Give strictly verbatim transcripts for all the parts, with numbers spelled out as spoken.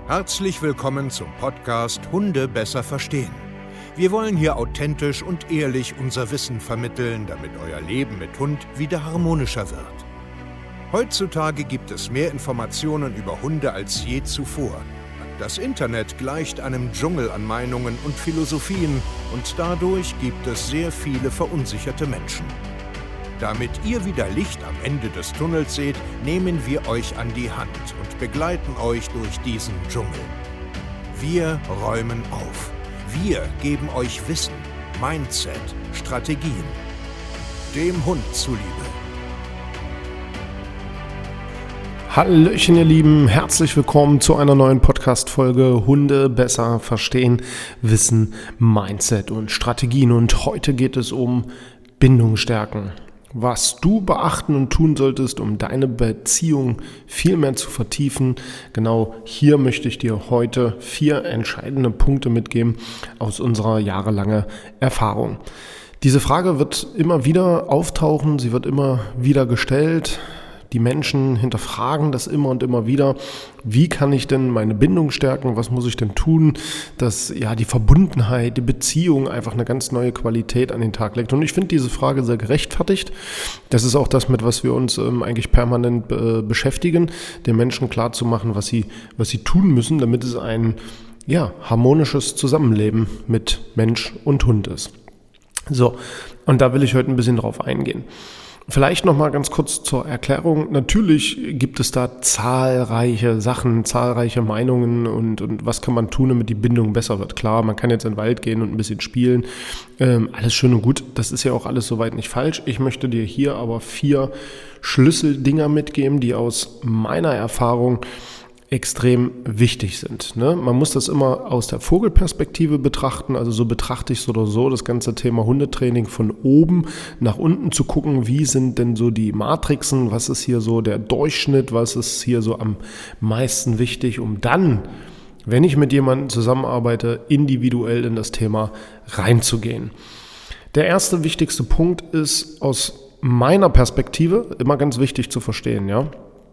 Herzlich willkommen zum Podcast Hunde besser verstehen. Wir wollen hier authentisch und ehrlich unser Wissen vermitteln, damit euer Leben mit Hund wieder harmonischer wird. Heutzutage gibt es mehr Informationen über Hunde als je zuvor. Das Internet gleicht einem Dschungel an Meinungen und Philosophien und dadurch gibt es sehr viele verunsicherte Menschen. Damit ihr wieder Licht am Ende des Tunnels seht, nehmen wir euch an die Hand und begleiten euch durch diesen Dschungel. Wir räumen auf. Wir geben euch Wissen, Mindset, Strategien. Dem Hund zuliebe. Hallöchen ihr Lieben, herzlich willkommen zu einer neuen Podcast-Folge Hunde besser verstehen, Wissen, Mindset und Strategien. Und heute geht es um Bindung stärken. Was du beachten und tun solltest, um deine Beziehung viel mehr zu vertiefen. Genau hier möchte ich dir heute vier entscheidende Punkte mitgeben aus unserer jahrelangen Erfahrung. Diese Frage wird immer wieder auftauchen, sie wird immer wieder gestellt. Die Menschen hinterfragen das immer und immer wieder. Wie kann ich denn meine Bindung stärken? Was muss ich denn tun, dass ja die Verbundenheit, die Beziehung einfach eine ganz neue Qualität an den Tag legt? Und ich finde diese Frage sehr gerechtfertigt. Das ist auch das, mit was wir uns ähm, eigentlich permanent äh, beschäftigen, den Menschen klarzumachen, was sie, was sie tun müssen, damit es ein ja, harmonisches Zusammenleben mit Mensch und Hund ist. So, und da will ich heute ein bisschen drauf eingehen. Vielleicht noch mal ganz kurz zur Erklärung. Natürlich gibt es da zahlreiche Sachen, zahlreiche Meinungen und, und was kann man tun, damit die Bindung besser wird. Klar, man kann jetzt in den Wald gehen und ein bisschen spielen. Ähm, alles schön und gut. Das ist ja auch alles soweit nicht falsch. Ich möchte dir hier aber vier Schlüsseldinger mitgeben, die aus meiner Erfahrung extrem wichtig sind. Ne? Man muss das immer aus der Vogelperspektive betrachten, also so betrachte ich so oder so das ganze Thema Hundetraining von oben nach unten zu gucken, wie sind denn so die Matrixen, was ist hier so der Durchschnitt, was ist hier so am meisten wichtig, um dann, wenn ich mit jemandem zusammenarbeite, individuell in das Thema reinzugehen. Der erste wichtigste Punkt ist aus meiner Perspektive, immer ganz wichtig zu verstehen, ja,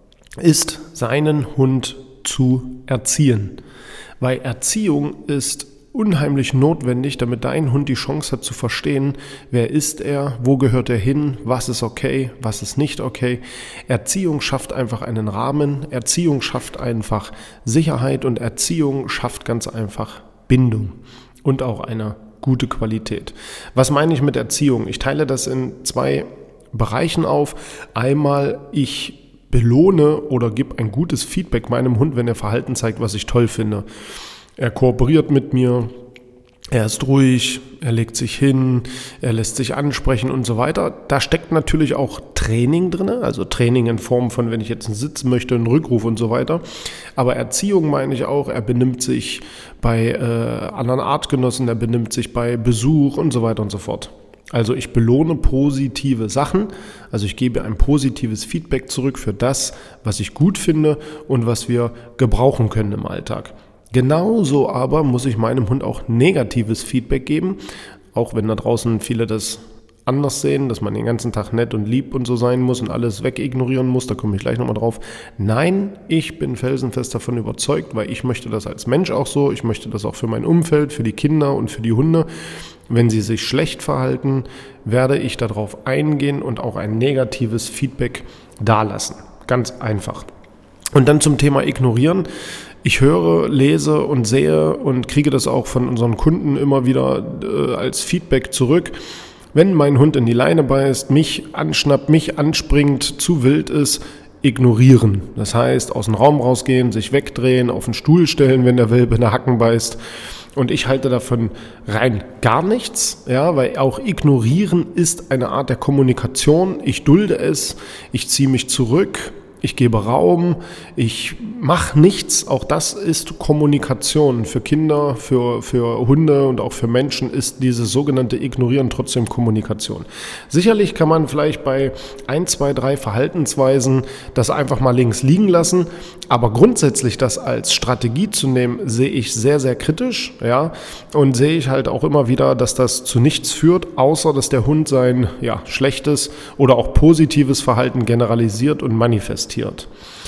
ist seinen Hund zu erziehen. Weil Erziehung ist unheimlich notwendig, damit dein Hund die Chance hat zu verstehen, wer ist er, wo gehört er hin, was ist okay, was ist nicht okay. Erziehung schafft einfach einen Rahmen, Erziehung schafft einfach Sicherheit und Erziehung schafft ganz einfach Bindung und auch eine gute Qualität. Was meine ich mit Erziehung? Ich teile das in zwei Bereichen auf. Einmal, ich belohne oder gebe ein gutes Feedback meinem Hund, wenn er Verhalten zeigt, was ich toll finde. Er kooperiert mit mir, er ist ruhig, er legt sich hin, er lässt sich ansprechen und so weiter. Da steckt natürlich auch Training drin, also Training in Form von, wenn ich jetzt sitzen möchte, einen Rückruf und so weiter. Aber Erziehung meine ich auch, er benimmt sich bei äh, anderen Artgenossen, er benimmt sich bei Besuch und so weiter und so fort. Also ich belohne positive Sachen, also ich gebe ein positives Feedback zurück für das, was ich gut finde und was wir gebrauchen können im Alltag. Genauso aber muss ich meinem Hund auch negatives Feedback geben, auch wenn da draußen viele das anders sehen, dass man den ganzen Tag nett und lieb und so sein muss und alles wegignorieren muss, da komme ich gleich nochmal drauf. Nein, ich bin felsenfest davon überzeugt, weil ich möchte das als Mensch auch so, ich möchte das auch für mein Umfeld, für die Kinder und für die Hunde. Wenn sie sich schlecht verhalten, werde ich darauf eingehen und auch ein negatives Feedback dalassen. Ganz einfach. Und dann zum Thema Ignorieren. Ich höre, lese und sehe und kriege das auch von unseren Kunden immer wieder äh, als Feedback zurück. Wenn mein Hund in die Leine beißt, mich anschnappt, mich anspringt, zu wild ist, ignorieren. Das heißt, aus dem Raum rausgehen, sich wegdrehen, auf den Stuhl stellen, wenn der Welpe in der Hacken beißt. Und ich halte davon rein gar nichts, ja, weil auch ignorieren ist eine Art der Kommunikation. Ich dulde es, ich ziehe mich zurück, ich gebe Raum, ich mache nichts. Auch das ist Kommunikation. Für Kinder, für, für Hunde und auch für Menschen ist dieses sogenannte Ignorieren trotzdem Kommunikation. Sicherlich kann man vielleicht bei ein, zwei, drei Verhaltensweisen das einfach mal links liegen lassen, aber grundsätzlich das als Strategie zu nehmen, sehe ich sehr, sehr kritisch, ja, und sehe ich halt auch immer wieder, dass das zu nichts führt, außer dass der Hund sein ja, schlechtes oder auch positives Verhalten generalisiert und manifestiert.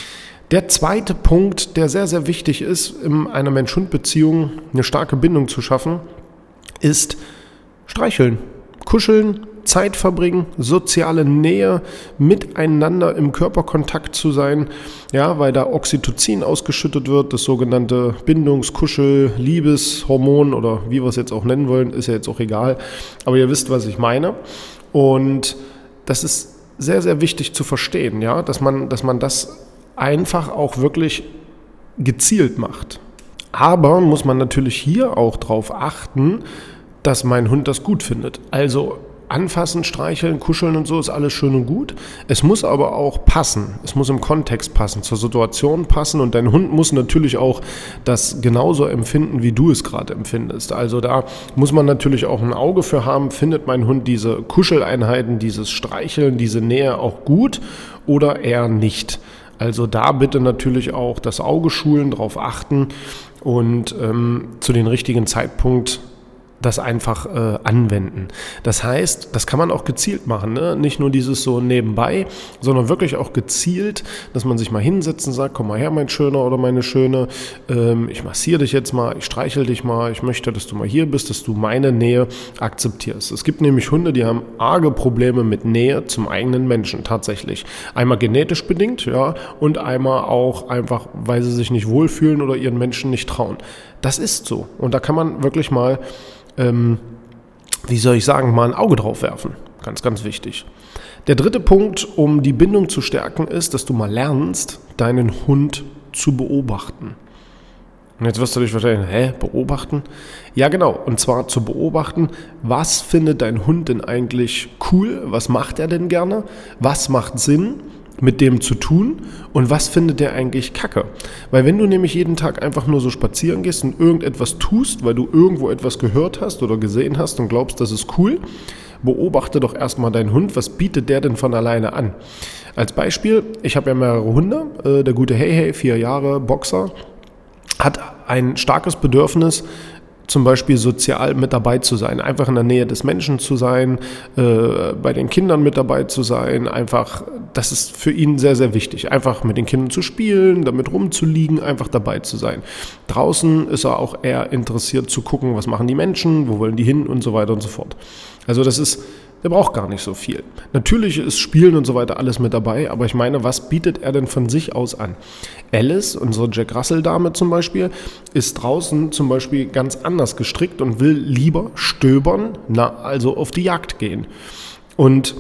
Der zweite Punkt, der sehr, sehr wichtig ist, in einer Mensch-Hund-Beziehung eine starke Bindung zu schaffen, ist streicheln, kuscheln, Zeit verbringen, soziale Nähe, miteinander im Körperkontakt zu sein, ja, weil da Oxytocin ausgeschüttet wird, das sogenannte Bindungs-, Kuschel-, Liebeshormon oder wie wir es jetzt auch nennen wollen, ist ja jetzt auch egal, aber ihr wisst, was ich meine. Und das ist sehr, sehr wichtig zu verstehen, ja, dass man, dass man das einfach auch wirklich gezielt macht. Aber muss man natürlich hier auch drauf achten, dass mein Hund das gut findet. Also anfassen, streicheln, kuscheln und so ist alles schön und gut. Es muss aber auch passen. Es muss im Kontext passen, zur Situation passen und dein Hund muss natürlich auch das genauso empfinden, wie du es gerade empfindest. Also da muss man natürlich auch ein Auge für haben, findet mein Hund diese Kuscheleinheiten, dieses Streicheln, diese Nähe auch gut oder eher nicht. Also da bitte natürlich auch das Auge schulen, darauf achten und ähm, zu den richtigen Zeitpunkt das einfach äh, anwenden. Das heißt, das kann man auch gezielt machen, ne? Nicht nur dieses so nebenbei, sondern wirklich auch gezielt, dass man sich mal hinsetzt und sagt, komm mal her, mein Schöner oder meine Schöne, ähm, ich massiere dich jetzt mal, ich streichel dich mal, ich möchte, dass du mal hier bist, dass du meine Nähe akzeptierst. Es gibt nämlich Hunde, die haben arge Probleme mit Nähe zum eigenen Menschen, tatsächlich. Einmal genetisch bedingt, ja, und einmal auch einfach, weil sie sich nicht wohlfühlen oder ihren Menschen nicht trauen. Das ist so. Und da kann man wirklich mal Ähm, wie soll ich sagen, mal ein Auge drauf werfen. Ganz, ganz wichtig. Der dritte Punkt, um die Bindung zu stärken, ist, dass du mal lernst, deinen Hund zu beobachten. Und jetzt wirst du dich wahrscheinlich, hä, beobachten? Ja, genau. Und zwar zu beobachten, was findet dein Hund denn eigentlich cool? Was macht er denn gerne? Was macht Sinn, mit dem zu tun und was findet der eigentlich kacke? Weil wenn du nämlich jeden Tag einfach nur so spazieren gehst und irgendetwas tust, weil du irgendwo etwas gehört hast oder gesehen hast und glaubst, das ist cool, beobachte doch erstmal deinen Hund, was bietet der denn von alleine an? Als Beispiel, ich habe ja mehrere Hunde, äh, der gute Hey Hey, vier Jahre, Boxer, hat ein starkes Bedürfnis, zum Beispiel sozial mit dabei zu sein, einfach in der Nähe des Menschen zu sein, äh, bei den Kindern mit dabei zu sein, einfach, das ist für ihn sehr, sehr wichtig, einfach mit den Kindern zu spielen, damit rumzuliegen, einfach dabei zu sein. Draußen ist er auch eher interessiert zu gucken, was machen die Menschen, wo wollen die hin und so weiter und so fort. Also das ist, der braucht gar nicht so viel. Natürlich ist Spielen und so weiter alles mit dabei, aber ich meine, was bietet er denn von sich aus an? Alice, unsere Jack Russell-Dame zum Beispiel, ist draußen zum Beispiel ganz anders gestrickt und will lieber stöbern, na, also auf die Jagd gehen. Und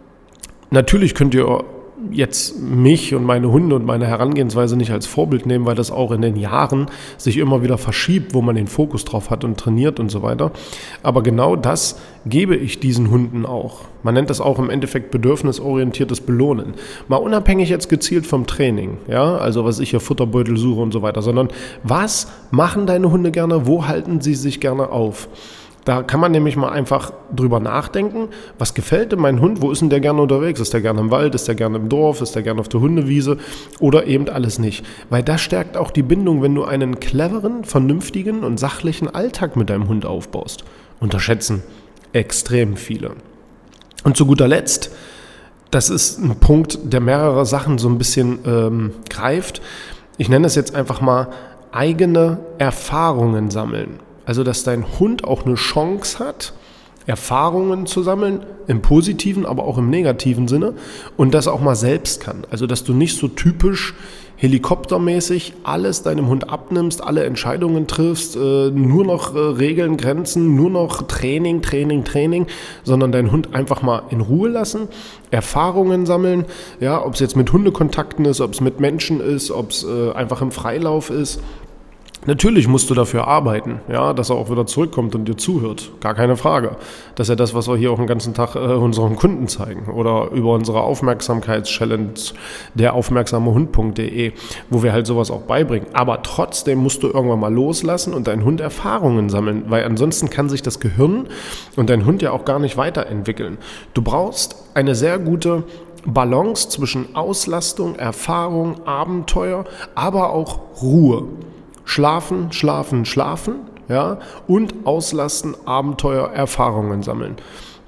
natürlich könnt ihr jetzt mich und meine Hunde und meine Herangehensweise nicht als Vorbild nehmen, weil das auch in den Jahren sich immer wieder verschiebt, wo man den Fokus drauf hat und trainiert und so weiter. Aber genau das gebe ich diesen Hunden auch. Man nennt das auch im Endeffekt bedürfnisorientiertes Belohnen. Mal unabhängig jetzt gezielt vom Training, ja, also was ich hier Futterbeutel suche und so weiter, sondern was machen deine Hunde gerne, wo halten sie sich gerne auf? Da kann man nämlich mal einfach drüber nachdenken, was gefällt denn mein Hund, wo ist denn der gerne unterwegs? Ist der gerne im Wald, ist der gerne im Dorf, ist der gerne auf der Hundewiese oder eben alles nicht? Weil das stärkt auch die Bindung, wenn du einen cleveren, vernünftigen und sachlichen Alltag mit deinem Hund aufbaust. Unterschätzen extrem viele. Und zu guter Letzt, das ist ein Punkt, der mehrere Sachen so ein bisschen ähm, greift. Ich nenne es jetzt einfach mal eigene Erfahrungen sammeln. Also, dass dein Hund auch eine Chance hat, Erfahrungen zu sammeln, im positiven, aber auch im negativen Sinne und das auch mal selbst kann. Also, dass du nicht so typisch helikoptermäßig alles deinem Hund abnimmst, alle Entscheidungen triffst, äh, nur noch äh, Regeln, Grenzen, nur noch Training, Training, Training, sondern deinen Hund einfach mal in Ruhe lassen, Erfahrungen sammeln, ja, ob es jetzt mit Hundekontakten ist, ob es mit Menschen ist, ob es äh, einfach im Freilauf ist. Natürlich musst du dafür arbeiten, ja, dass er auch wieder zurückkommt und dir zuhört. Gar keine Frage. Das ist ja das, was wir hier auch den ganzen Tag äh, unseren Kunden zeigen. Oder über unsere Aufmerksamkeitschallenge, der aufmerksame hund punkt de, wo wir halt sowas auch beibringen. Aber trotzdem musst du irgendwann mal loslassen und dein Hund Erfahrungen sammeln, weil ansonsten kann sich das Gehirn und dein Hund ja auch gar nicht weiterentwickeln. Du brauchst eine sehr gute Balance zwischen Auslastung, Erfahrung, Abenteuer, aber auch Ruhe. Schlafen, schlafen, schlafen, ja, und auslassen, Abenteuer, Erfahrungen sammeln.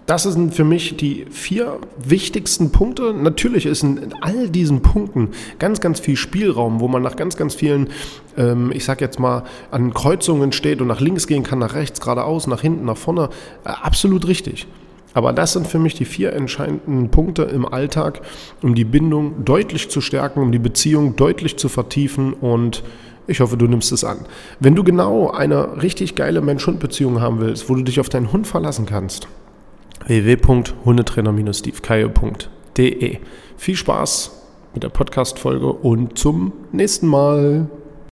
Das sind für mich die vier wichtigsten Punkte. Natürlich ist in all diesen Punkten ganz, ganz viel Spielraum, wo man nach ganz, ganz vielen, ähm, ich sag jetzt mal, an Kreuzungen steht und nach links gehen kann, nach rechts, geradeaus, nach hinten, nach vorne. Äh, absolut richtig. Aber das sind für mich die vier entscheidenden Punkte im Alltag, um die Bindung deutlich zu stärken, um die Beziehung deutlich zu vertiefen, und ich hoffe, du nimmst es an. Wenn du genau eine richtig geile Mensch-Hund-Beziehung haben willst, wo du dich auf deinen Hund verlassen kannst, w w w punkt hundetrainer Bindestrich steve keil punkt d e. Viel Spaß mit der Podcast-Folge und zum nächsten Mal.